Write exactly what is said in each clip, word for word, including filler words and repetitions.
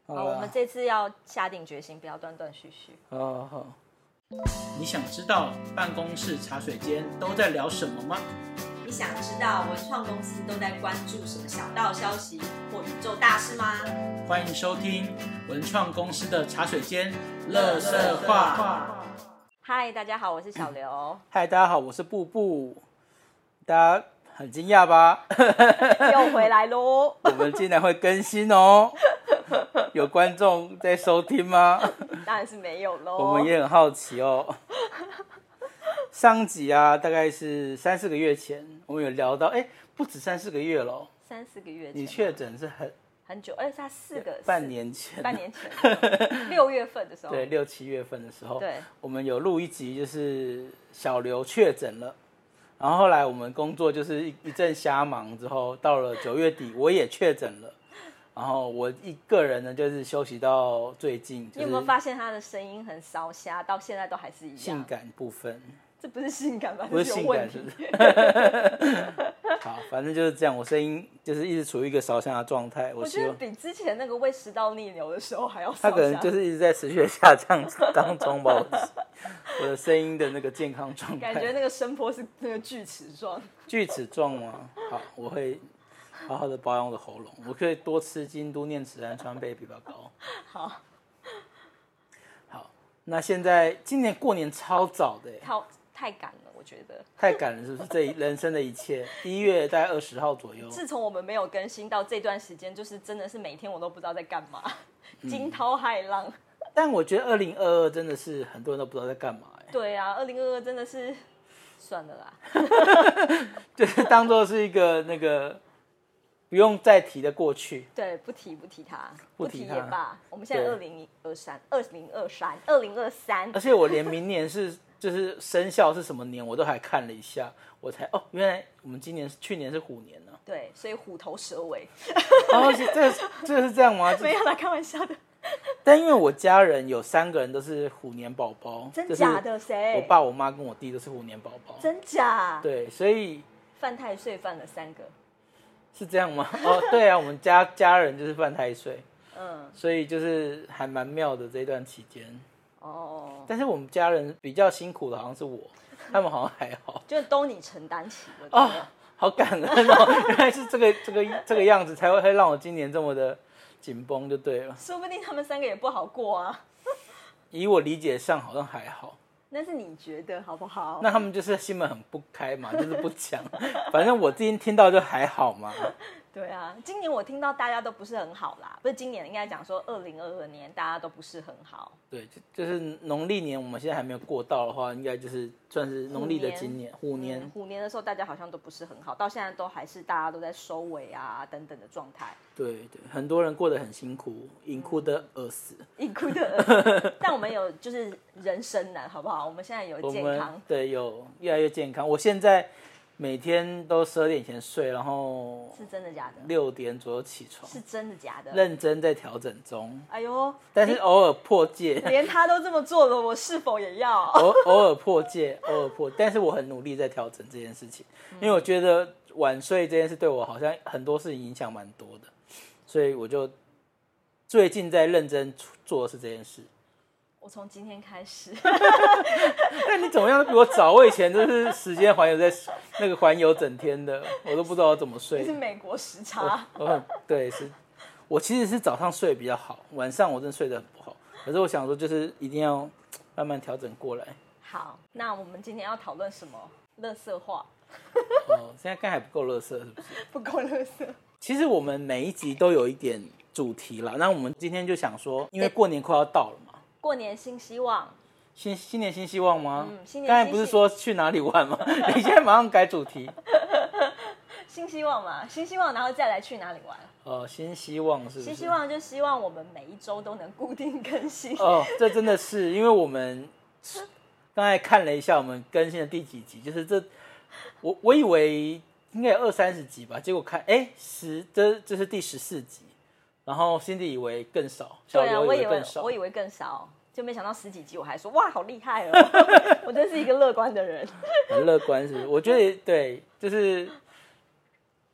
好，我们这次要下定决心，不要断断续续。 好好好。你想知道办公室茶水间都在聊什么吗？ 你想知道文创公司都在关注什么小道消息或宇宙大事吗？ 欢迎收听文创公司的茶水间垃圾话。 嗨，大家好，我是小刘。 嗨，大家好，我是布布。大家很惊讶吧？ 又回来咯。 我们竟然会更新哦。有观众在收听吗？ 当然是没有咯。 我们也很好奇哦。上集啊，大概是三四个月前，我们有聊到，哎，不止三四个月了。 三四个月前。 你确诊是很很久，而且他四个半年前， 半年前，六月份的时候， 对，六七月份的时候， 对， 我们有录一集，就是小刘确诊了，然后后来我们工作就是一一阵瞎忙之后，到了九月底，我也确诊了。然后我一个人呢，就是休息到最近、就是。 你有没有发现他的声音很烧瞎，到现在都还是一样？ 性感部分， 这不是性感吧？ 不是性感，是不是？好，反正就是这样，我声音就是一直处于一个烧瞎的状态。 我觉得比之前那个胃食道逆流的时候还要烧瞎。 他可能就是一直在持续的下降当中吧，我的声音的那个健康状态。 感觉那个声波是那个锯齿状。 锯齿状吗？好，我会。好好的保养我的喉咙，我可以多吃京都念慈庵川贝枇杷膏。 好， 好，那现在今年过年超早的， 太太赶了，我觉得太赶了，是不是？这人生的一切，一月大概二十号左右。 自从我们没有更新到这段时间，就是真的是每天我都不知道在干嘛，惊涛骇浪。嗯、 但我觉得二零二二真的是很多人都不知道在干嘛。 对啊，二零二二真的是算了啦， 就是当作是一个那个。不用再提的过去， 对，不提不提它， 不提它也罢。我们现在二零二三、二零二三、二零二三， 而且我连明年是就是生肖是什么年，我都还看了一下，我才哦，原来我们今年去年是虎年呢、啊。 对，所以虎头蛇尾。 哦，这个这个是这样吗？ 没有啦，开玩笑的。 但因为我家人有三个人都是虎年宝宝， 真假的？谁？ 我爸、我妈跟我弟都是虎年宝宝。 真假？ 对，所以犯太岁犯了三个。 是这样吗？哦，对啊，我们家家人就是犯太岁， 嗯， 所以就是还蛮妙的这段期间。 哦， 但是我们家人比较辛苦的好像是我，他们好像还好， 就都你承担起了。 哦，好感恩哦，原来是这个这个这个样子才会让我今年这么的紧绷就对了。 说不定他们三个也不好过啊。 以我理解上好像还好。 那是你觉得好不好？ 那他们就是心门很不开嘛，就是不讲。反正我今天听到就还好嘛。 对啊，今年我听到大家都不是很好啦，不是今年应该讲说二零二二年大家都不是很好。 对，就就是农历年我们现在还没有过到的话，应该就是算是农历的今年虎年。 嗯、虎年的时候大家好像都不是很好，到现在都还是大家都在收尾啊等等的状态。 对对，很多人过得很辛苦，隐哭的饿死， 隐哭的饿死。但我们有就是人生难，好不好？我们现在有健康， 对，有越来越健康。我现在每天都十二点前睡，然后是真的假的？ 六点左右起床， 是真的假的？ 认真在调整中。 哎呦， 但是偶尔破戒， 连他都这么做了，我是否也要？ 偶偶尔破戒，偶尔破，但是我很努力在调整这件事情，因为我觉得晚睡这件事对我好像很多事情影响蛮多的，所以我就最近在认真做的是这件事。 我从今天开始。 但你怎么样都比我早，我以前都是时间环游在那个环游整天的，我都不知道怎么睡。 是美国时差。 我我对，是我其实是早上睡比较好，晚上我真的睡得很不好。可是我想说，就是一定要慢慢调整过来。 好，那我们今天要讨论什么？垃圾话。 哦，现在刚还不够垃圾，是不是？ 不够垃圾。 其实我们每一集都有一点主题啦。那我们今天就想说，因为过年快要到了嘛。 过年新希望， 新新年新希望吗？ 嗯，新年新刚才不是说去哪里玩吗？你现在马上改主题。 新希望嘛，新希望，然后再来去哪里玩？ 哦，新希望是不是？ 新希望就希望我们每一周都能固定更新。 哦，这真的是因为我们刚才看了一下我们更新的第几集，就是这我我以为应该有二三十集吧，结果看哎十这这是第十四集。然后辛迪以为更少，小刘以为更少， 对啊，我以为我以为更少，就没想到十几集，我还说哇好厉害哦，我真是一个乐观的人， 很乐观是不是？我觉得对，就是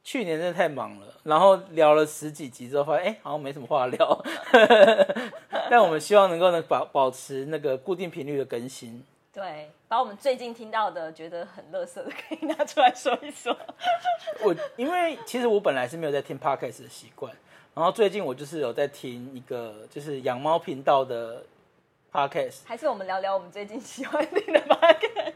去年真的太忙了，然后聊了十几集之后，发现哎，好像没什么话聊。但我们希望能够能保保持那个固定频率的更新。 对，把我们最近听到的觉得很垃圾的可以拿出来说一说。 我因为其实我本来是没有在听 podcast 的习惯，然后最近我就是有在听一个就是养猫频道的 podcast。 还是我们聊聊我们最近喜欢听的 podcast。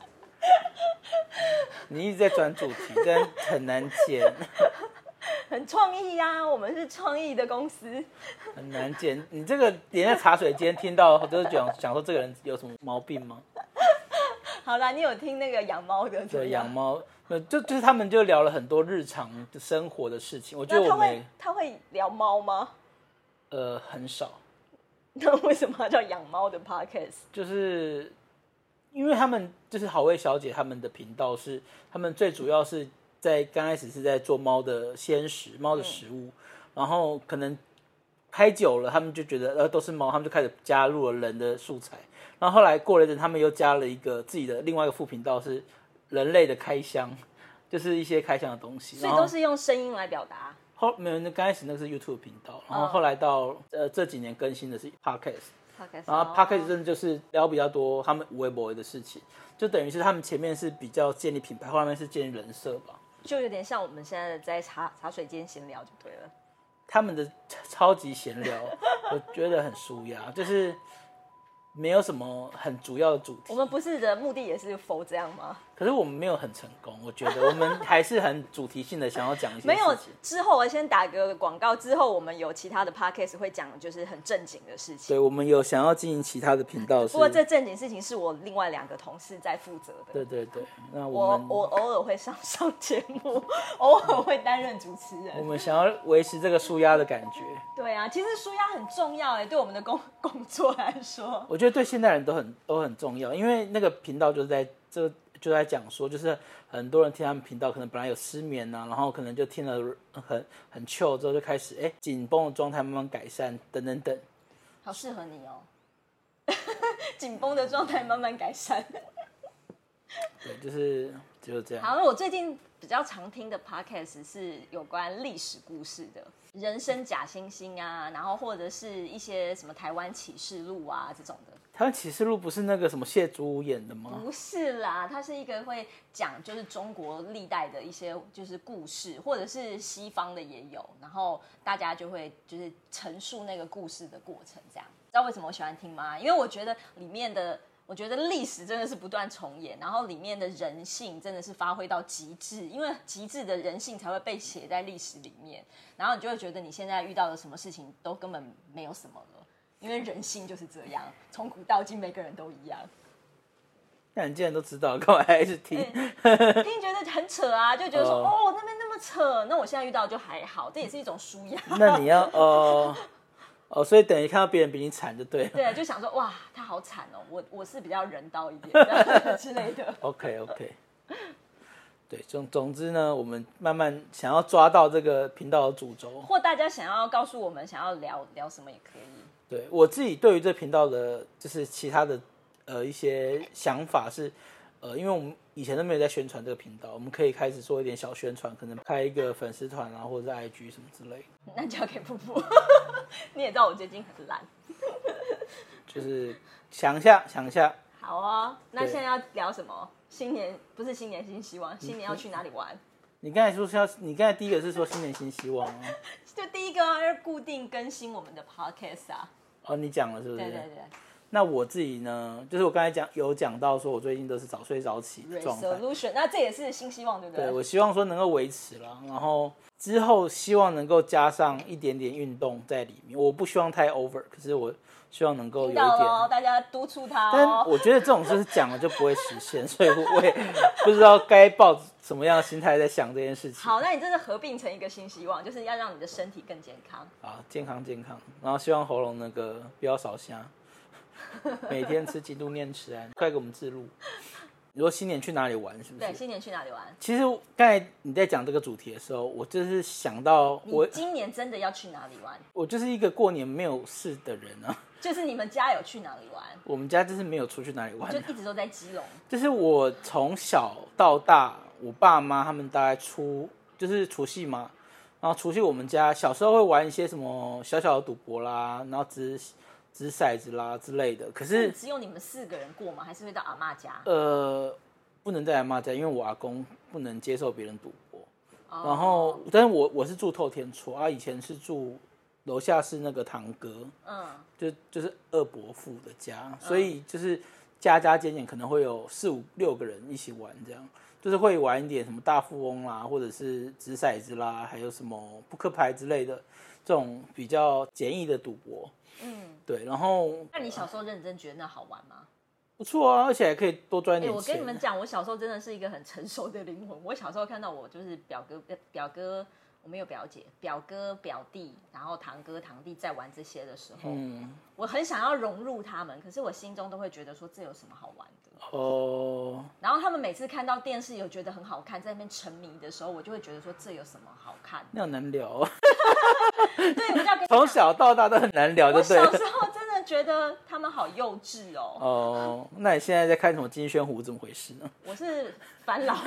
你一直在转主题，但很难剪。 很创意啊，我们是创意的公司， 很难剪。你这个连在茶水间听到，都是讲讲说这个人有什么毛病吗？ 好啦，你有听那个养猫的？ 对，养猫，就就是他们就聊了很多日常生活的事情。我觉得我们也他会聊猫吗？ 呃，很少。 那为什么要叫养猫的 podcast？ 就是因为他们就是好味小姐他们的频道是，他们最主要是在刚开始是在做猫的鲜食、猫的食物，嗯、然后可能拍久了，他们就觉得呃都是猫，他们就开始加入了人的素材。然后后来过了一阵，他们又加了一个自己的另外一个副频道，是人类的开箱，就是一些开箱的东西。 所以都是用声音来表达。 后没有，那刚开始那个是 YouTube 频道，然后后来到、嗯、呃这几年更新的是 Podcast。然后 Podcast 真的就是聊比较多他们微博的事情，就等于是他们前面是比较建立品牌，后面是建立人设吧， 就有点像我们现在在茶茶水间闲聊就对了。 他们的超级闲聊，我觉得很舒压，就是没有什么很主要的主题。 我们不是的目的也是否这样吗？ 可是我们没有很成功，我觉得我们还是很主题性的想要讲一些事情。 没有，之后我先打个广告，之后我们有其他的 podcast 会讲就是很正经的事情。 对，我们有想要经营其他的频道， 不过这正经事情是我另外两个同事在负责的。 对对对，那我们我我偶尔会上上节目，偶尔会担任主持人。 我们想要维持这个舒压的感觉。 对啊，其实舒压很重要哎，对我们的工工作来说， 我觉得对现代人都很都很重要，因为那个频道就是在这就在讲说，就是很多人听他们频道，可能本来有失眠啊，然后可能就听了很很 chill 之后就开始哎紧绷的状态慢慢改善等等等。 好适合你哦，紧绷的状态慢慢改善。 对，就是就是这样。 好，我最近比较常听的 podcast 是有关历史故事的，人生假惺惺啊，然后或者是一些什么台湾启示录啊这种的。 台湾启示录不是那个什么谢祖武演的吗？ 不是啦，它是一个会讲就是中国历代的一些就是故事，或者是西方的也有，然后大家就会就是陈述那个故事的过程，这样。知道为什么我喜欢听吗？因为我觉得里面的。我觉得历史真的是不断重演，然后里面的人性真的是发挥到极致，因为极致的人性才会被写在历史里面，然后你就会觉得你现在遇到的什么事情都根本没有什么了，因为人性就是这样，从古到今每个人都一样。 那你既然都知道，干嘛还是听？ 嗯、听觉得很扯啊，就觉得说、哦、哦那边那么扯，那我现在遇到就还好，这也是一种舒压。 那你要哦。哦，所以等于看到别人比你惨就对了。 对，就想说哇，他好惨哦，我我是比较人道一点之类的。 OK OK， 对，总总之呢，我们慢慢想要抓到这个频道的主轴， 或大家想要告诉我们想要聊聊什么也可以。 对我自己对于这频道的，就是其他的呃一些想法是，呃，因为我们以前都没有在宣传这个频道，我们可以开始做一点小宣传，可能开一个粉丝团啊，或者是 I G 什么之类的。 那交给噗噗，你也知道我最近很懒， 就是想一下，想一下。 好啊、哦，那现在要聊什么？新年不是新年新希望，新年要去哪里玩？ 你刚才说是要，你刚才第一个是说新年新希望啊？ 就第一个啊，要固定更新我们的 podcast 啊。 哦，你讲了是不是？ 对对对。 那我自己呢，就是我刚才讲有讲到说，我最近都是早睡早起的状态。 Resolution， 那这也是新希望，对不对？ 对，我希望说能够维持啦，然后之后希望能够加上一点点运动在里面。我不希望太 over， 可是我希望能够有一点。 哦，大家督促他哦。 但我觉得这种事讲了就不会实现，所以我也不知道该抱什么样的心态在想这件事情。 好，那你真的合并成一个新希望，就是要让你的身体更健康。 啊，健康健康，然后希望喉咙那个不要少虾。每天吃基督念慈安，快给我们自录。你说新年去哪里玩，是不是？ 对，新年去哪里玩？ 其实刚才你在讲这个主题的时候，我就是想到我今年真的要去哪里玩？ 我就是一个过年没有事的人啊。 就是你们家有去哪里玩？ 我们家就是没有出去哪里玩， 就一直都在基隆。 就是我从小到大，我爸妈他们大概出就是除夕嘛，然后除夕我们家小时候会玩一些什么小小的赌博啦，然后掷掷骰子啦之类的。可是只有你们四个人过吗？还是会到阿嬷家？ 呃，不能在阿嬷家，因为我阿公不能接受别人赌博。哦、然后，但是我我是住透天厝啊，以前是住楼下是那个堂哥，嗯，就就是二伯父的家，所以就是家家间间可能会有四五六个人一起玩，这样就是会玩一点什么大富翁啦，或者是掷骰子啦，还有什么扑克牌之类的这种比较简易的赌博。嗯，对。然后， 那你小时候认真觉得那好玩吗？ 不错啊，而且还可以多赚一点钱。 我跟你们讲，我小时候真的是一个很成熟的灵魂。我小时候看到我就是表哥、表哥，我没有表姐，表哥、表弟，然后堂哥、堂弟在玩这些的时候，嗯，我很想要融入他们，可是我心中都会觉得说这有什么好玩的哦。然后他们每次看到电视有觉得很好看，在那边沉迷的时候，我就会觉得说这有什么好看？ 那难聊啊。 对，我就要跟你从小到大都很难聊，就对了。 我小时候真的觉得他们好幼稚哦。 哦，那你现在在看什么金宣虎？怎么回事呢？ 我是返老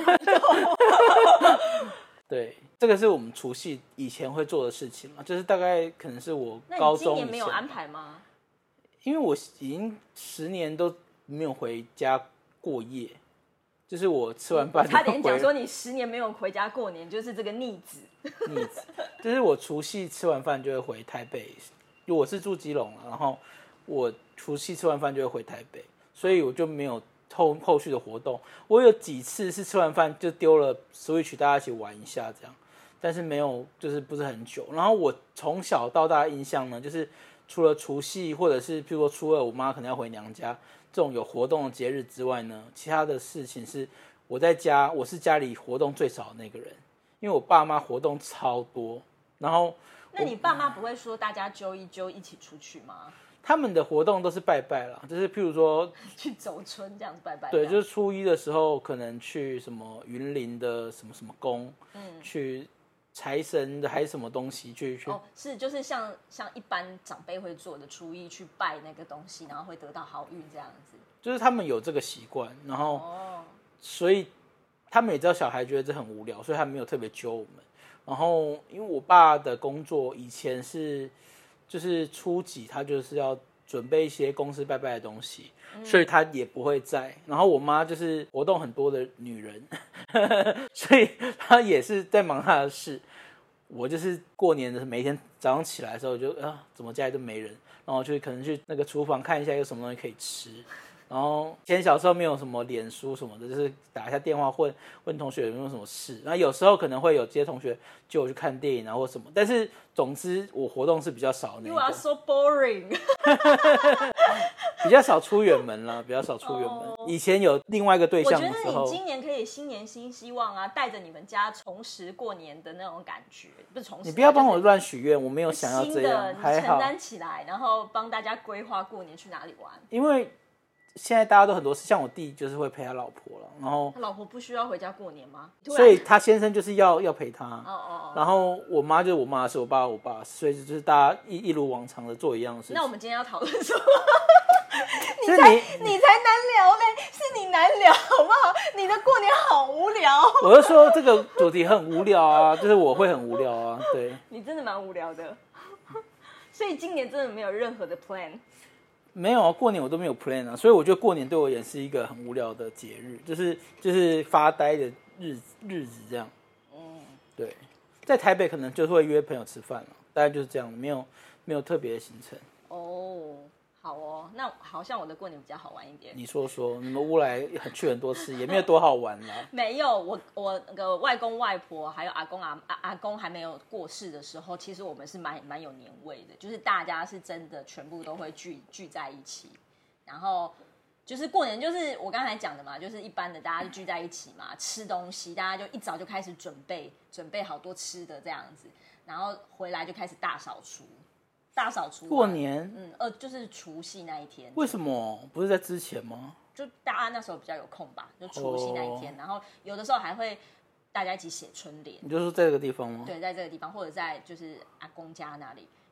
对，这个是我们除夕以前会做的事情嘛，就是大概可能是我高中以前。那你今年没有安排吗？ 因为我已经十年都没有回家过夜，就是我吃完饭差点讲说你十年没有回家过年，就是这个逆子。 逆子，就是我除夕吃完饭就会回台北，因为我是住基隆，然后我除夕吃完饭就会回台北，所以我就没有后后续的活动。我有几次是吃完饭就丢了 Switch， 大家一起玩一下这样，但是没有，就是不是很久。然后我从小到大的印象呢，就是除了除夕或者是譬如说初二，我妈可能要回娘家这种有活动的节日之外呢，其他的事情是我在家，我是家里活动最少的那个人。因为我爸妈活动超多，然后那你爸妈不会说大家揪一揪一起出去吗？ 他们的活动都是拜拜啦，就是譬如说去走春这样子拜拜。 对，就是初一的时候可能去什么云林的什么什么宫，嗯，去财神的还是什么东西去去。 哦，是就是像像一般长辈会做的，初一去拜那个东西，然后会得到好运这样子。 就是他们有这个习惯，然后、哦、所以。他们也知道小孩觉得这很无聊，所以他没有特别揪我们。然后，因为我爸的工作以前是，就是初几他就是要准备一些公司拜拜的东西，嗯、所以他也不会在。然后我妈就是活动很多的女人，所以她也是在忙她的事。我就是过年的时候，每一天早上起来的时候就啊，怎么家里都没人，然后就可能去那个厨房看一下有什么东西可以吃。然后以前小时候没有什么脸书什么的，就是打一下电话问问同学有没有什么事。然后有时候可能会有这些同学叫我去看电影啊或什么，但是总之我活动是比较少的那个。 You are so boring 。 比较少出远门了，比较少出远门。Oh. 以前有另外一个对象的时候， 我觉得你今年可以新年新希望啊，带着你们家重拾过年的那种感觉，不是重拾。 你不要帮我乱许愿，我没有想要这样。 新的，你承担起来，然后帮大家规划过年去哪里玩。 因为现在大家都很多事，像我弟就是会陪他老婆了，然后他老婆不需要回家过年吗？ 所以他先生就是要要陪他。 哦哦哦。 然后我妈就是我妈的事，我爸我爸，所以就是大家一一如往常的做一样的事情。 那我们今天要讨论什么？你才你, 你才难聊嘞，是你难聊好不好？你的过年好无聊。 我就说这个主题很无聊啊，就是我会很无聊啊，对。 你真的蛮无聊的，所以今年真的没有任何的 plan。 没有啊，过年我都没有 plan 啊，所以我觉得过年对我也是一个很无聊的节日，就是就是发呆的日日子这样。嗯，对，在台北可能就会约朋友吃饭了，大概就是这样，没有没有特别的行程。 哦，好哦，那好像我的过年比较好玩一点。 你说说，你们乌来去很多次，也没有多好玩啦。 没有，我我那个外公外婆还有阿公阿阿阿公还没有过世的时候，其实我们是蛮蛮有年味的，就是大家是真的全部都会聚聚在一起，然后就是过年就是我刚才讲的嘛，就是一般的大家就聚在一起嘛，吃东西，大家就一早就开始准备准备好多吃的这样子，然后回来就开始大扫除。大扫除过年， 嗯，呃，就是除夕那一天。 为什么不是在之前吗？ 就大家那时候比较有空吧，就除夕那一天， oh. 然后有的时候还会大家一起写春联。 你就说在这个地方吗？ 对，在这个地方，或者在就是阿公家那里，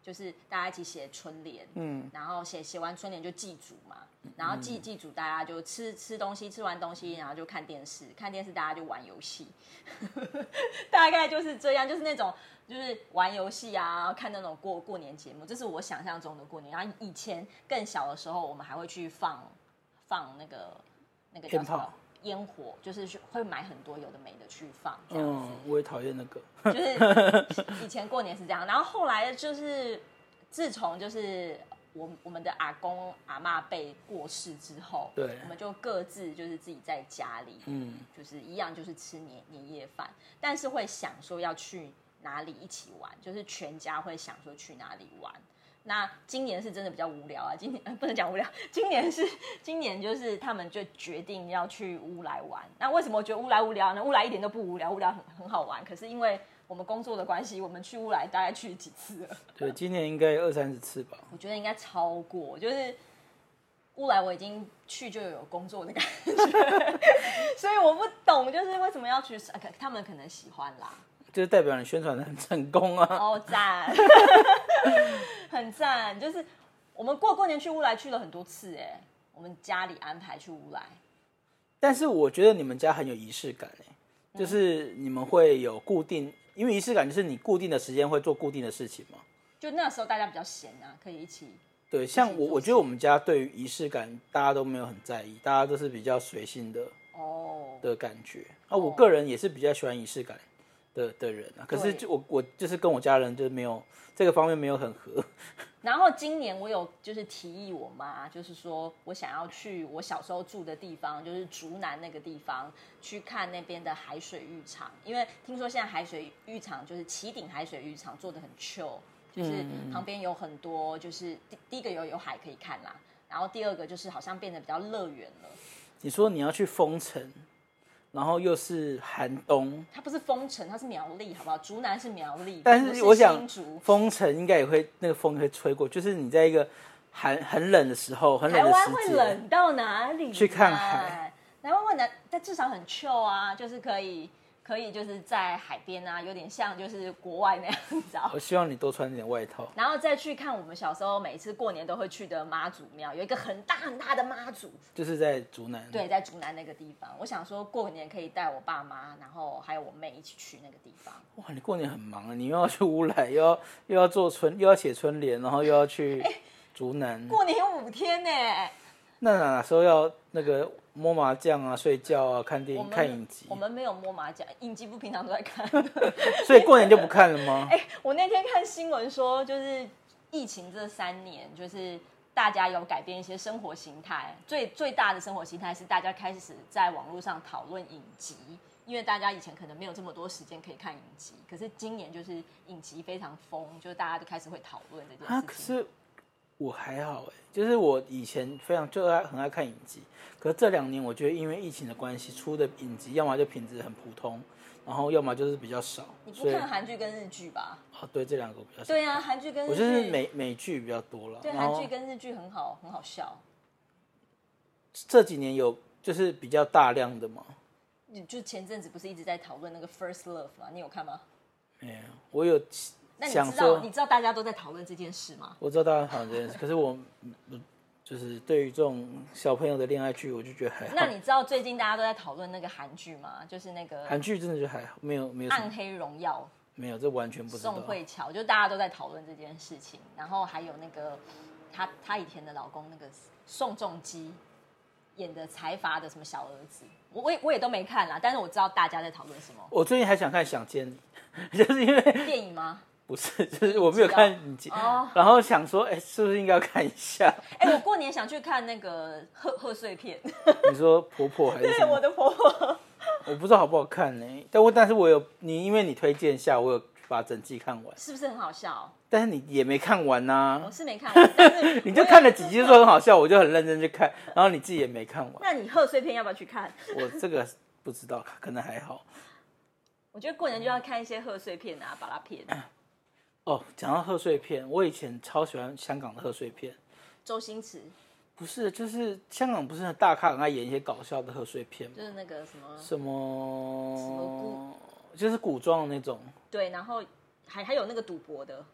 就是大家一起写春联， 嗯， 然后写写完春联就祭祖嘛，然后祭祭祖大家就吃吃东西，吃完东西然后就看电视，看电视大家就玩游戏，大概就是这样，就是那种就是玩游戏啊，看那种过过年节目，这是我想象中的过年。然后以前更小的时候，我们还会去放放那个那个叫什么烟火，就是会买很多有的没的去放，这样子。 嗯，我也讨厌那个。 就是以前过年是这样，然后后来就是自从就是我我们的阿公阿嬷辈过世之后， 对， 我们就各自就是自己在家里，嗯，就是一样就是吃年年夜饭，但是会想说要去哪里一起玩，就是全家会想说去哪里玩。那今年是真的比较无聊啊，今年、呃、不能讲无聊，今年是今年就是他们就决定要去乌来玩。那为什么我觉得乌来无聊呢？乌来一点都不无聊，乌来很很好玩。可是因为我们工作的关系，我们去乌来大概去几次了？ 对，今年应该二三十次吧。 我觉得应该超过，就是乌来我已经去就有工作的感觉，所以我不懂，就是为什么要去？他们可能喜欢啦。 就是代表你宣传的很成功啊！ 哦，赞，很赞。就是我们过过年去乌来去了很多次，哎，我们家里安排去乌来。 但是我觉得你们家很有仪式感，哎，就是你们会有固定，因为仪式感就是你固定的时间会做固定的事情嘛。 就那时候大家比较闲啊，可以一起。 对，像我，我觉得我们家对于仪式感，大家都没有很在意，大家都是比较随性的哦的感觉。啊，我个人也是比较喜欢仪式感的的人啊，可是就我我就是跟我家人就是没有这个方面没有很合。 然后今年我有就是提议我妈，就是说我想要去我小时候住的地方，就是竹南那个地方去看那边的海水浴场，因为听说现在海水浴场就是旗顶海水浴场做的很 chill， 就是旁边有很多就是第第一个有有海可以看啦，然后第二个就是好像变得比较乐园了。 你说你要去封城？然后又是寒冬， 它不是封城，它是苗栗，好不好？竹南是苗栗， 但是我想封城应该也会那个风会吹过，就是你在一个寒很冷的时候，很冷的时间，台湾会冷到哪里？ 去看海， 台湾会冷，但至少很 chill 啊，就是可以可以就是在海边啊，有点像就是国外那样子。 我希望你多穿点外套， 然后再去看我们小时候每次过年都会去的妈祖庙，有一个很大很大的妈祖， 就是在竹南。 对，在竹南那个地方，我想说过年可以带我爸妈，然后还有我妹一起去那个地方。 哇，你过年很忙啊，你又要去乌来，又要又要做春，又要写春联，然后又要去竹南。 过年有五天呢。 那哪时候要那个摸麻将啊、睡觉啊、看电影、看影集？ 我们没有摸麻将，影集不平常都在看。 所以过年就不看了吗？ 哎、欸，我那天看新闻说，就是疫情这三年，就是大家有改变一些生活形态。最最大的生活形态是大家开始在网络上讨论影集，因为大家以前可能没有这么多时间可以看影集，可是今年就是影集非常疯，就大家都开始会讨论这件事情。 啊，可是我还好哎，就是我以前非常就爱很爱看影集，可是这两年我觉得因为疫情的关系，出的影集要么就品质很普通，然后要么就是比较少。 你不看韩剧跟日剧吧？ 哦，对，这两个我比较少。 对啊，韩剧跟日剧， 我就是美美剧比较多了。 对，韩剧跟日剧很好，很好笑。 这几年有就是比较大量的吗？ 就前阵子不是一直在讨论那个 First Love 吗？你有看吗？ 没有，我有。 那你知道你知道大家都在讨论这件事吗？ 我知道大家讨论这件事，可是我就是对于这种小朋友的恋爱剧，我就觉得还好。 那你知道最近大家都在讨论那个韩剧吗？就是那个韩剧真的就还好，没有没有暗黑荣耀， 没有，这完全不知道。 宋慧乔，就大家都在讨论这件事情，然后还有那个她她以前的老公那个宋仲基演的财阀的什么小儿子，我我也我也都没看啦，但是我知道大家在讨论什么。 我最近还想看《想见你》，就是因为电影吗？ 不是，就是我没有看影集，哦、然后想说，哎、欸，是不是应该要看一下？ 哎、欸，我过年想去看那个贺贺岁片。 你说婆婆还是什么？ 对，我的婆婆。 我不知道好不好看呢、欸，但我但是我有你，因为你推荐下，我有把整季看完， 是不是很好笑？ 但是你也没看完呐、啊。 我是没看完，但是你就看了几集就说很好笑，我就很认真去看，然后你自己也没看完。 那你贺岁片要不要去看？ 我这个不知道，可能还好。 我觉得过年就要看一些贺岁片啊，巴拉片。 哦，讲到贺岁片，我以前超喜欢香港的贺岁片。 周星驰？ 不是，就是香港不是很大咖很爱演一些搞笑的贺岁片吗？ 就是那个什么什么什么古， 就是古装的那种。 对，然后还还有那个赌博的。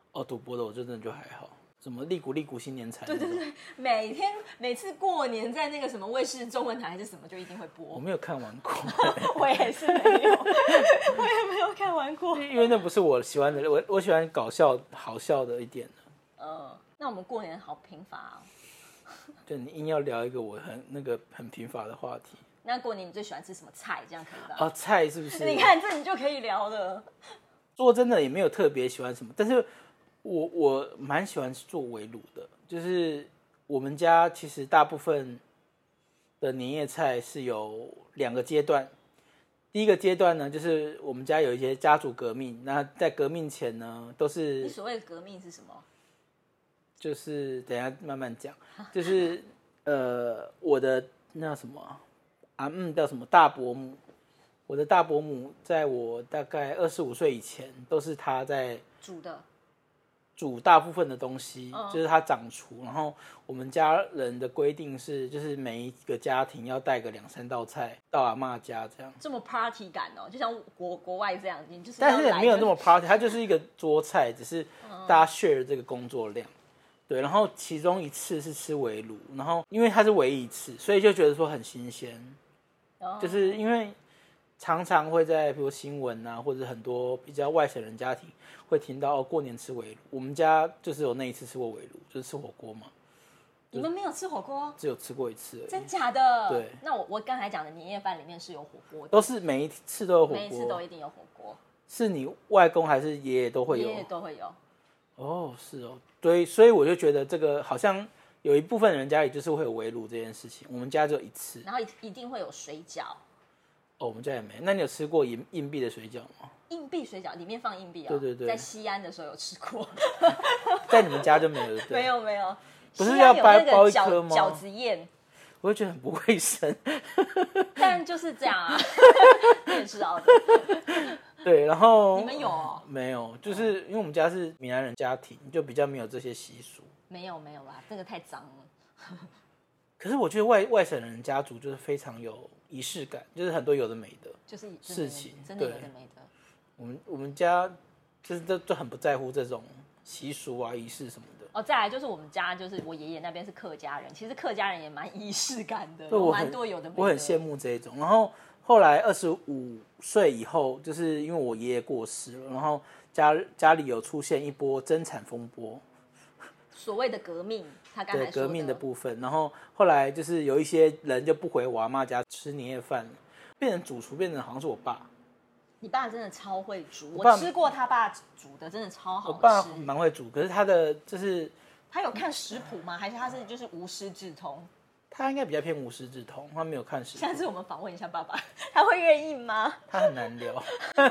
哦，赌博的我就真的就还好，什么利股利股新年财， 对对对，每天每次过年在那个什么卫视中文台还是什么就一定会播。 我没有看完过， 我也是没有，我也没有看完过， 因为那不是我喜欢的，我我喜欢搞笑好笑的一点的。 呃，那我们过年好贫乏哦。 对，你硬要聊一个我很那个很贫乏的话题。 那过年你最喜欢吃什么菜？这样可以吧？ 哦，菜是不是？ 你看这你就可以聊了。 做真的也没有特别喜欢什么，但是我我蛮喜欢做围炉的，就是我们家其实大部分的年夜菜是有两个阶段。第一个阶段呢，就是我们家有一些家族革命，那在革命前呢，都是你所谓的革命是什么？ 就是等一下慢慢讲，就是呃，我的那什么啊，嗯，叫什么大伯母，我的大伯母在我大概二十五岁以前，都是她在煮的， 煮大部分的东西， 嗯就是她掌厨。然后我们家人的规定是，就是每一个家庭要带个两三道菜到阿嬷家这样。 这么 party 感哦，就像国国外这样，你就是但是也没有那么么 party，它就是一个桌菜，只是大家 share 这个工作量。对，然后其中一次是吃围炉，然后因为它是唯一一次，所以就觉得说很新鲜， 哦就是因为常常会在比如新闻啊，或者很多比较外省人家庭会听到哦，过年吃围炉。我们家就是有那一次吃过围炉，就是吃火锅嘛。 你们没有吃火锅？ 只有吃过一次而已。 真假的？ 对。 那我我刚才讲的年夜饭里面是有火锅的， 都是每一次都有火锅， 每一次都一定有火锅。 是你外公还是爷爷都会有？ 爷爷都会有。 哦，是哦，对，所以我就觉得这个好像有一部分人家里就是会有围炉这件事情，我们家只有一次。 然后一一定会有水饺。 哦，我们家也没。那你有吃过硬硬币的水饺吗？ 硬币水饺里面放硬币啊、 对对对， 在西安的时候有吃过。 在你们家就没有对不对？ 没有没有， 不是要包包一饺颗吗？ 饺子宴， 我会觉得很不卫生。 但就是这样啊，你也知道的。 对，然后你们有、哦？ 没有，就是因为我们家是闽南人家庭，就比较没有这些习俗。 没有没有啦，这个太脏了。 可是我觉得外外省人家族就是非常有仪式感，就是很多有的没的， 就是事情， 真的有的没的。 我们我们家就是都都很不在乎这种习俗啊、仪式什么的。 哦，再来就是我们家，就是我爷爷那边是客家人，其实客家人也蛮仪式感的， 对，我蛮多有的没的。 我很羡慕这一种。然后后来二十五岁以后，就是因为我爷爷过世了，然后家家里有出现一波增产风波。 所谓的革命，他刚才说对革命的部分，然后后来就是有一些人就不回我阿妈家吃年夜饭了，变成主厨，变成好像是我爸。 你爸真的超会煮， 我爸我吃过他爸煮的，真的超好吃。 我爸蛮会煮，可是他的就是他有看食谱吗？还是他是就是无师自通？ 他应该比较偏无师自通，他没有看食谱。 下次我们访问一下爸爸，他会愿意吗？ 他很难聊，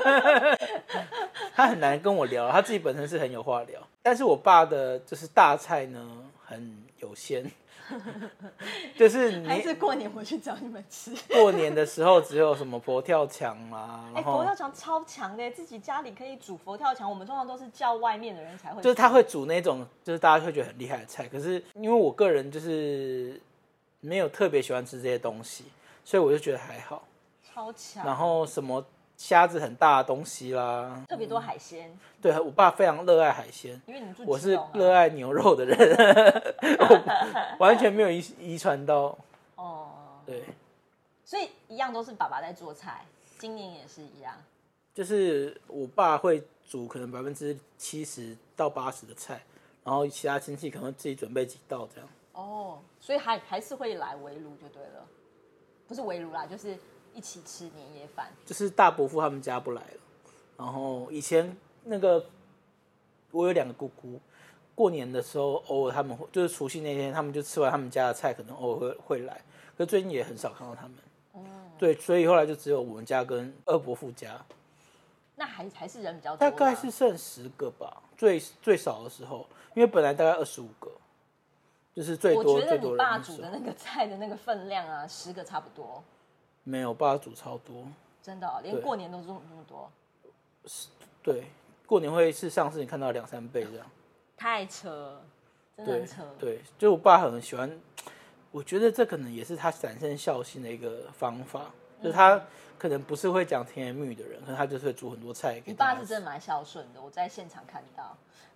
他很难跟我聊，他自己本身是很有话聊，但是我爸的就是大菜呢很有限，就是你还是过年回去找你们吃。 过年的时候只有什么佛跳墙啦， 哎、 然后佛跳墙超强的，自己家里可以煮佛跳墙，我们通常都是叫外面的人才会煮。 就是他会煮那种就是大家会觉得很厉害的菜，可是因为我个人就是没有特别喜欢吃这些东西，所以我就觉得还好。 超强。 然后什么虾子很大的东西啦， 特别多海鲜。 对我爸非常热爱海鲜， 因为你住、啊、 我是热爱牛肉的人，我完全没有遗遗传到。 哦， 对， 所以一样都是爸爸在做菜，今年也是一样。 就是我爸会煮可能百分之七十到八十的菜，然后其他亲戚可能会自己准备几道这样。 哦，所以还还是会来围炉就对了，不是围炉啦，就是一起吃年夜饭。 就是大伯父他们家不来了，然后以前那个我有两个姑姑，过年的时候偶尔他们会就是除夕那天，他们就吃完他们家的菜，可能偶尔会会来，可是最近也很少看到他们。嗯，对，所以后来就只有我们家跟二伯父家。 那还还是人比较多， 大概是剩十个吧，最最少的时候，因为本来大概二十五个。就是最多我觉得你爸最多煮的那个菜的那个分量啊，十个差不多。 没有，爸煮超多， 真的、哦，连过年都做那么多。 对，过年会是上次你看到两三倍这样， 太扯，真的很扯。 对，对就我爸很喜欢，我觉得这可能也是他展现孝心的一个方法，嗯、就是他可能不是会讲甜言蜜语的人，可是他就是会煮很多菜给你爸是真的蛮孝顺的，我在现场看到。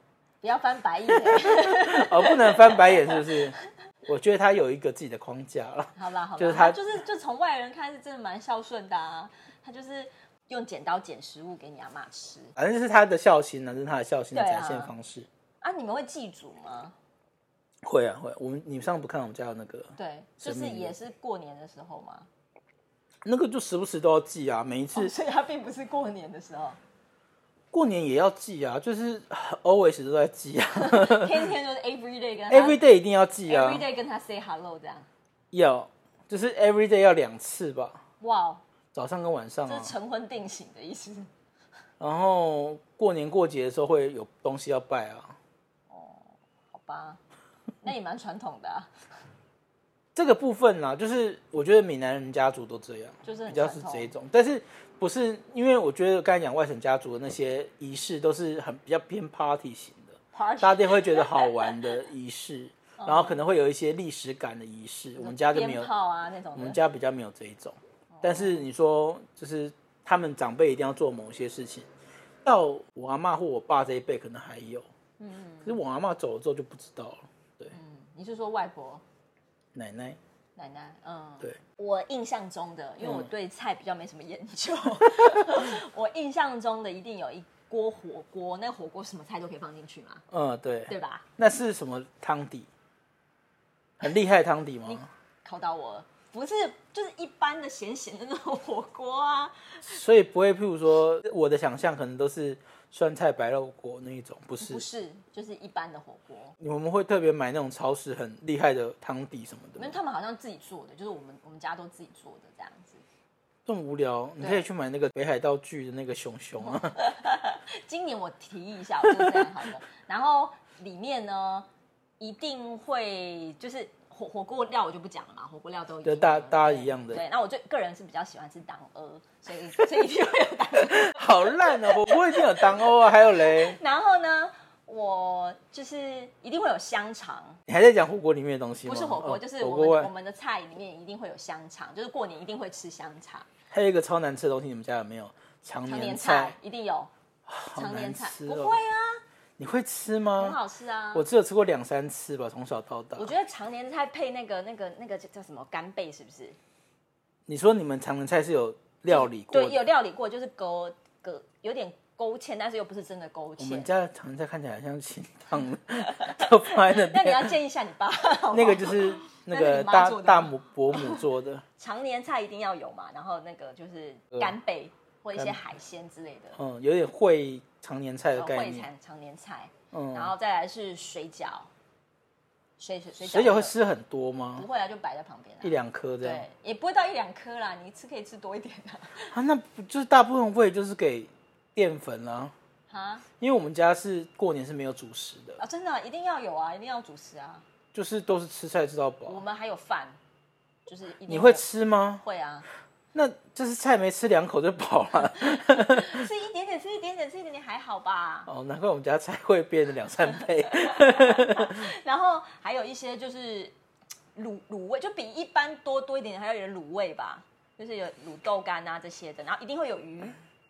不要翻白眼。 哦，不能翻白眼是不是？我觉得他有一个自己的框架了。 好吧，好吧， 就是他就是就从外人看是真的蛮孝顺的啊。他就是用剪刀剪食物给你阿嬷吃。 反正是他的孝心啊，这是他的孝心的对啊展现方式。 啊，你们会祭祖吗？ 会啊会啊，我们你上次不看我们家的那个？ 对，就是也是过年的时候嘛。 那个就时不时都要祭啊，每一次。 哦，所以它并不是过年的时候。 过年也要祭啊，就是 always 都在祭啊。 天天就是 every day 跟他 every day 一定要祭啊 every day 跟他 say hello 这样。 要，就是 every day 要两次吧。 哇， 早上跟晚上这啊。 是成婚定型的意思。 然后过年过节的时候会有东西要拜啊。 哦，好吧，那也蛮传统的啊。 这个部分呢、啊，就是我觉得闽南人家族都这样， 就是很比较是这一种，但是不是因为我觉得刚才讲外省家族的那些仪式都是很比较偏 party 型的 Party 大家会觉得好玩的仪式，然后可能会有一些历史感的仪式，我们家就没有， 鞭炮啊那种的， 我们家比较没有这一种。但是你说就是他们长辈一定要做某些事情，到我阿嬷或我爸这一辈可能还有，嗯，可是我阿嬷走了之后就不知道了。对， 嗯，你是说外婆？ 奶奶， 奶奶，嗯， 对， 我印象中的，因为我对菜比较没什么研究，我印象中的一定有一锅火锅，那火锅什么菜都可以放进去嘛， 嗯，对， 对吧？ 那是什么汤底？很厉害的汤底吗？ 考到我了，不是，就是一般的咸咸的那种火锅啊。 所以不会，譬如说，我的想象可能都是酸菜白肉锅那一种，不是？ 不是，就是一般的火锅。 你们会特别买那种超市很厉害的汤底什么的吗？ 因为他们好像自己做的，就是我们我们家都自己做的这样子。 这么无聊，你可以去买那个北海道剧的那个熊熊啊。 今年我提议一下，我就这样好了。然后里面呢，一定会就是火火锅料我就不讲了嘛，火锅料都一对，大大家一样的。 对，那我最个人是比较喜欢吃当鹅，所以所以一定会有当鹅。 好烂哦！火锅一定有当欧啊，还有嘞。 然后呢，我就是一定会有香肠。 你还在讲火锅里面的东西吗？ 不是火锅， 哦、 就是我们我们的菜里面一定会有香肠，就是过年一定会吃香肠。 还有一个超难吃的东西，你们家有没有？常年菜一定有。常年菜、 哦、 不会啊？ 你会吃吗？ 很好吃啊！ 我只有吃过两三次吧，从小到大。 我觉得常年菜配那个那个那个叫什么干贝，是不是？ 你说你们常年菜是有料理过的？ 对，有料理过，就是勾勾有点勾芡，但是又不是真的勾芡。 我们家的常年菜看起来像清汤，就放在那边。 那你要建议一下你爸好好， 那个就是那个大大母伯母做的。 常年菜一定要有嘛，然后那个就是干贝。或一些海鲜之类的， 嗯，有点烩常年菜的概念。 烩常常年菜， 嗯， 然后再来是水饺，水水水饺。 水饺会吃很多吗？ 不会啊，就摆在旁边、啊， 一两颗这样。 对，也不会到一两颗啦，你吃可以吃多一点啊。 啊，那不就是大部分会就是给淀粉啦、 啊。啊？ 因为我们家是过年是没有主食的啊，真的、啊、一定要有啊，一定要主食啊。 就是都是吃菜吃到饱。 我们还有饭，就是一定你会吃吗？ 会啊。 那就是菜没吃两口就饱了， 吃一点点，吃一点点，吃一点点还好吧。 哦，难怪我们家菜会变成两三倍。 然后还有一些就是卤卤味，就比一般多多一点，还有点卤味吧，就是有卤豆干啊这些的，然后一定会有鱼。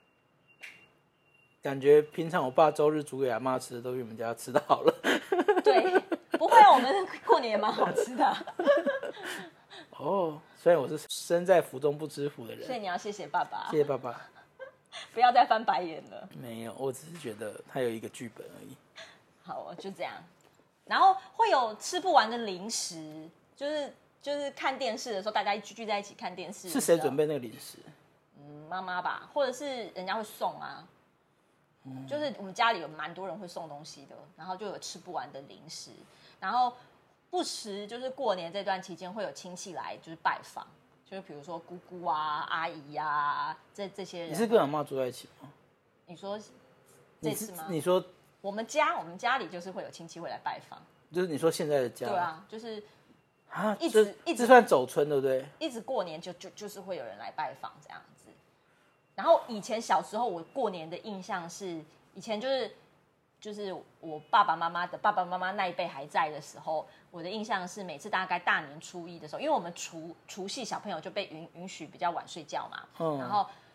感觉平常我爸周日煮给阿妈吃的，都比我们家吃的好了。 对，不会啊，我们过年也蛮好吃的、啊。 哦，虽然我是身在福中不知福的人， 所以你要谢谢爸爸， 谢谢爸爸， 不要再翻白眼了。 没有，我只是觉得他有一个剧本而已。 好，就这样。然后会有吃不完的零食，就是就是看电视的时候，大家一聚聚在一起看电视。 是谁准备那个零食？ 嗯，妈妈吧，或者是人家会送啊。嗯、就是我们家里有蛮多人会送东西的，然后就有吃不完的零食，然后。不时就是过年这段期间会有亲戚来，就是拜访，就是比如说姑姑啊、阿姨啊，这这些人。 你是跟阿嬤住在一起吗？ 你说这次吗？ 你, 你说我们家我们家里就是会有亲戚会来拜访， 就是你说现在的家？ 对啊，就是啊， 一直一直这算走春对不对？ 一直过年就就就是会有人来拜访这样子。然后以前小时候我过年的印象是，以前就是。就是我爸爸妈妈的爸爸妈妈那一辈还在的时候，我的印象是每次大概大年初一的时候，因为我们除除夕小朋友就被允允许比较晚睡觉嘛，嗯、然后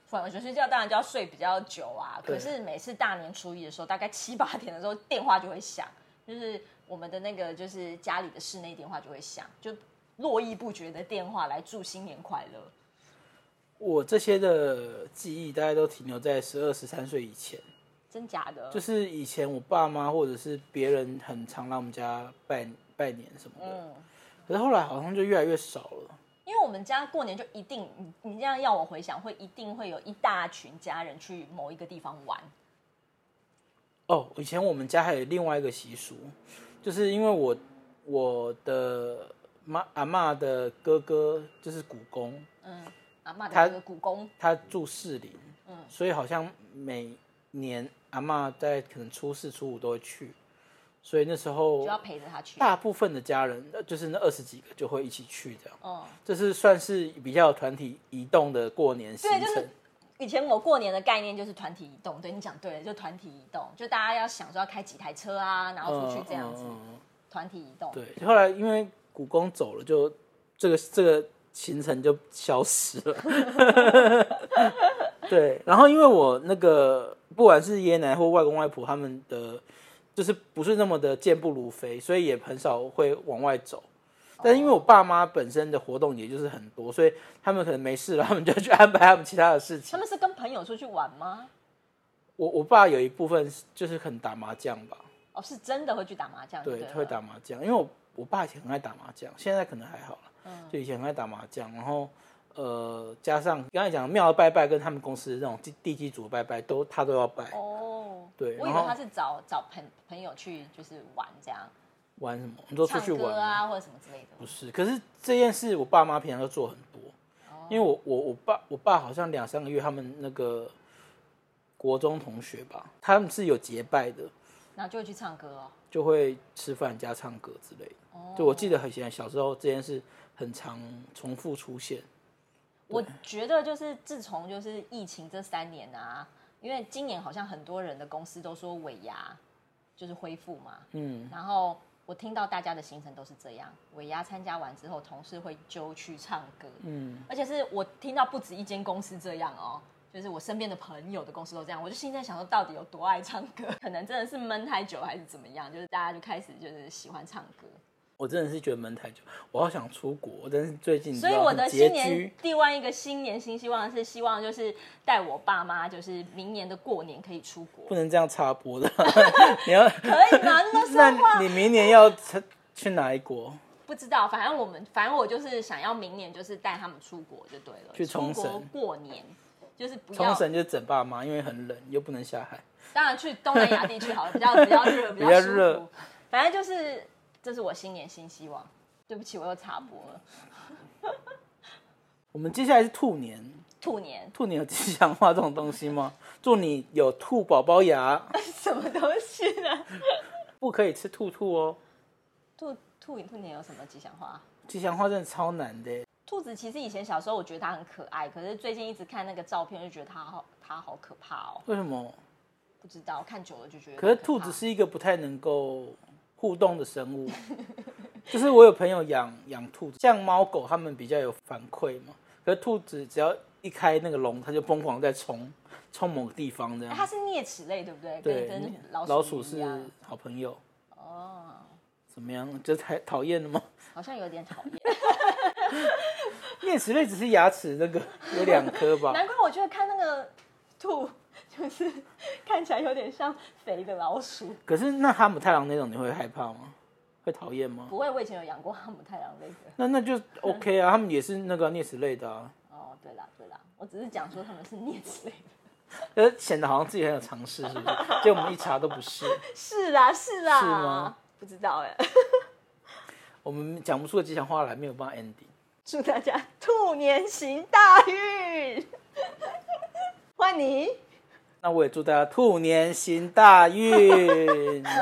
晚上睡觉当然就要睡比较久啊，可是每次大年初一的时候，大概七八点的时候，电话就会响，就是我们的那个就是家里的室内电话就会响，就络绎不绝的电话来祝新年快乐。 我这些的记忆大概都停留在十二、十三岁以前。 真假的？ 就是以前我爸妈或者是别人很常来我们家拜拜年什么的，嗯，可是后来好像就越来越少了。 因为我们家过年就一定，你你这样要我回想，会一定会有一大群家人去某一个地方玩。 哦，以前我们家还有另外一个习俗，就是因为我我的妈阿嬷的哥哥就是古公， 嗯，阿嬷的那个古公， 他住士林，嗯，所以好像每年阿嬷在可能初四初五都会去，所以那时候就要陪着他去。 大部分的家人就是那二十几个就会一起去这样， 嗯， 这是算是比较有团体移动的过年行程。 对，就是以前我过年的概念就是团体移动，对你讲对了，就团体移动，就大家要想说要开几台车啊，然后出去这样子，团、嗯嗯、体移动。 对，后来因为古公走了，就这个这个行程就消失了。对，然后因为我那个不管是爷爷奶奶或外公外婆他们的，就是不是那么的健步如飞，所以也很少会往外走。但是因为我爸妈本身的活动也就是很多，所以他们可能没事了，他们就去安排他们其他的事情。 他们是跟朋友出去玩吗？ 我我爸有一部分就是可能打麻将吧。 哦，是真的会去打麻将？ 对，会打麻将。因为我我爸以前很爱打麻将，现在可能还好了。嗯，就以前很爱打麻将，然后呃，加上刚才讲的庙的拜拜跟他们公司的那种地基主的拜拜，都他都要拜。 哦， 对， 我以为他是找找朋朋友去就是玩这样。 玩什么？你说出去玩啊，或者什么之类的？ 不是，可是这件事我爸妈平常都做很多，哦、因为我我我爸我爸好像两三个月，他们那个国中同学吧，他们是有结拜的， 然后就会去唱歌哦， 就会吃饭加唱歌之类的。哦，就我记得很显然小时候这件事很常重复出现。 我觉得就是自从就是疫情这三年啊，因为今年好像很多人的公司都说尾牙就是恢复嘛，嗯，然后。我听到大家的行程都是这样，尾牙参加完之后，同事会揪去唱歌，嗯，而且是我听到不止一间公司这样哦，就是我身边的朋友的公司都这样，我就心在想说，到底有多爱唱歌？可能真的是闷太久还是怎么样，就是大家就开始就是喜欢唱歌。 我真的是觉得闷太久，我好想出国，但是最近所以我的新年另外一个新年新希望是希望就是带我爸妈，就是明年的过年可以出国。 不能这样插播的，你要可以吗？那说话。 那你明年要去哪一国？ 不知道，反正我们反正我就是想要明年就是带他们出国就对了， 去冲绳过年，就是不要冲绳就整爸妈，因为很冷又不能下海。 当然去东南亚地区好了，比较比较热，比较舒服。反正就是。这是我新年新希望。对不起，我又插播了。 我们接下来是兔年。 兔年， 兔年有吉祥话这种东西吗？祝你有兔宝宝牙。 什么东西呢？ 不可以吃兔兔哦。 兔兔兔年有什么吉祥话？ 吉祥话真的超难的。 兔子其实以前小时候我觉得它很可爱，可是最近一直看那个照片就觉得它好它好可怕哦。 为什么？ 不知道，看久了就觉得。 可是兔子是一个不太能够互动的生物，就是我有朋友养养兔子，像猫狗他们比较有反馈嘛，可是兔子只要一开那个笼，它就疯狂在冲冲某个地方这样。 它是啮齿类对不对？ 对， 跟老鼠老鼠是好朋友。哦，怎么样？就太讨厌了吗？ 好像有点讨厌。 啮齿类只是牙齿那个有两颗吧？ 难怪我觉得看那个兔。就是看起来有点像肥的老鼠。 可是那哈姆太郎那种你会害怕吗？会讨厌吗？ 不会，我以前有养过哈姆太郎类的。 那那就 OK 啊，他们也是那个啮齿类的啊。 哦，对啦对啦，我只是讲说他们是啮齿类的。 呃，显得好像自己很有常识，是不是？结果我们一查都不是。 是啦是啦。 是吗？ 不知道哎。 我们讲不出个吉祥话来，没有办法 ending。 祝大家兔年行大运。换你。 那我也祝大家兔年行大运。兔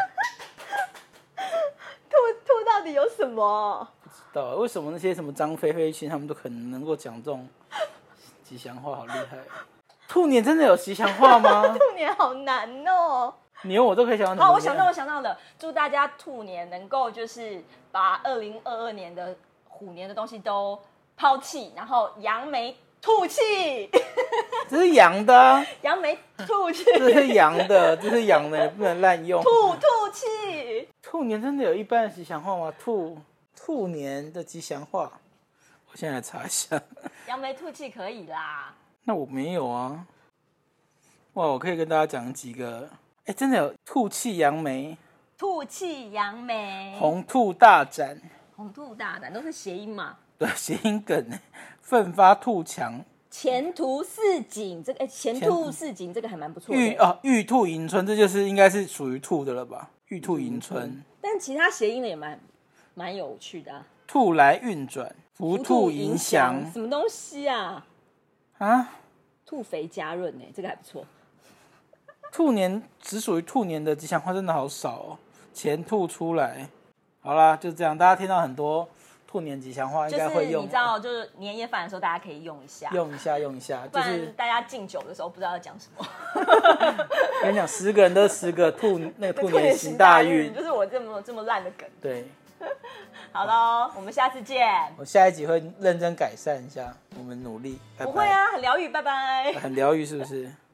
兔到底有什么？ 不知道为什么那些什么张飞、飞信他们都可能能够讲这种吉祥话，好厉害。兔年真的有吉祥话吗？ 兔年好难哦。 你我都可以想到。 好，我想到我想到了，祝大家兔年能够就是把二零二二年的虎年的东西都抛弃，然后扬眉吐气， 这是阳的、啊， 杨梅吐气， 这是阳的，这是阳的，你不能滥用。 吐吐气， 兔年真的有一般的吉祥话吗？兔兔年的吉祥话，我现在来查一下。 杨梅吐气可以啦。 那我没有啊。哇，我可以跟大家讲几个。哎，真的有吐气扬眉， 吐气扬眉， 红兔大展， 红兔大展都是谐音嘛。 对，谐音梗，奋发图强， 前途似锦，这个哎，前途似锦这个还蛮不错的。 玉啊，玉兔迎春，这就是应该是属于兔的了吧？玉兔迎春， 但其他谐音的也蛮蛮有趣的、啊。 兔来运转，福兔迎祥， 什么东西啊？ 啊， 兔肥加润呢、欸，这个还不错。 兔年只属于兔年的吉祥话真的好少哦，前兔出来，好啦，就这样，大家听到很多兔年吉祥话应该会用， 就是你知道，就是年夜饭的时候大家可以用一下， 用一下，用一下， 不然大家敬酒的时候不知道要讲什么。 跟你讲，十个人都十个兔，那个兔年行大运， 就是我这么这么烂的梗。 对， 好喽，我们下次见。 我下一集会认真改善一下，我们努力。拜拜。 不会啊，很疗愈，拜拜。 很疗愈是不是？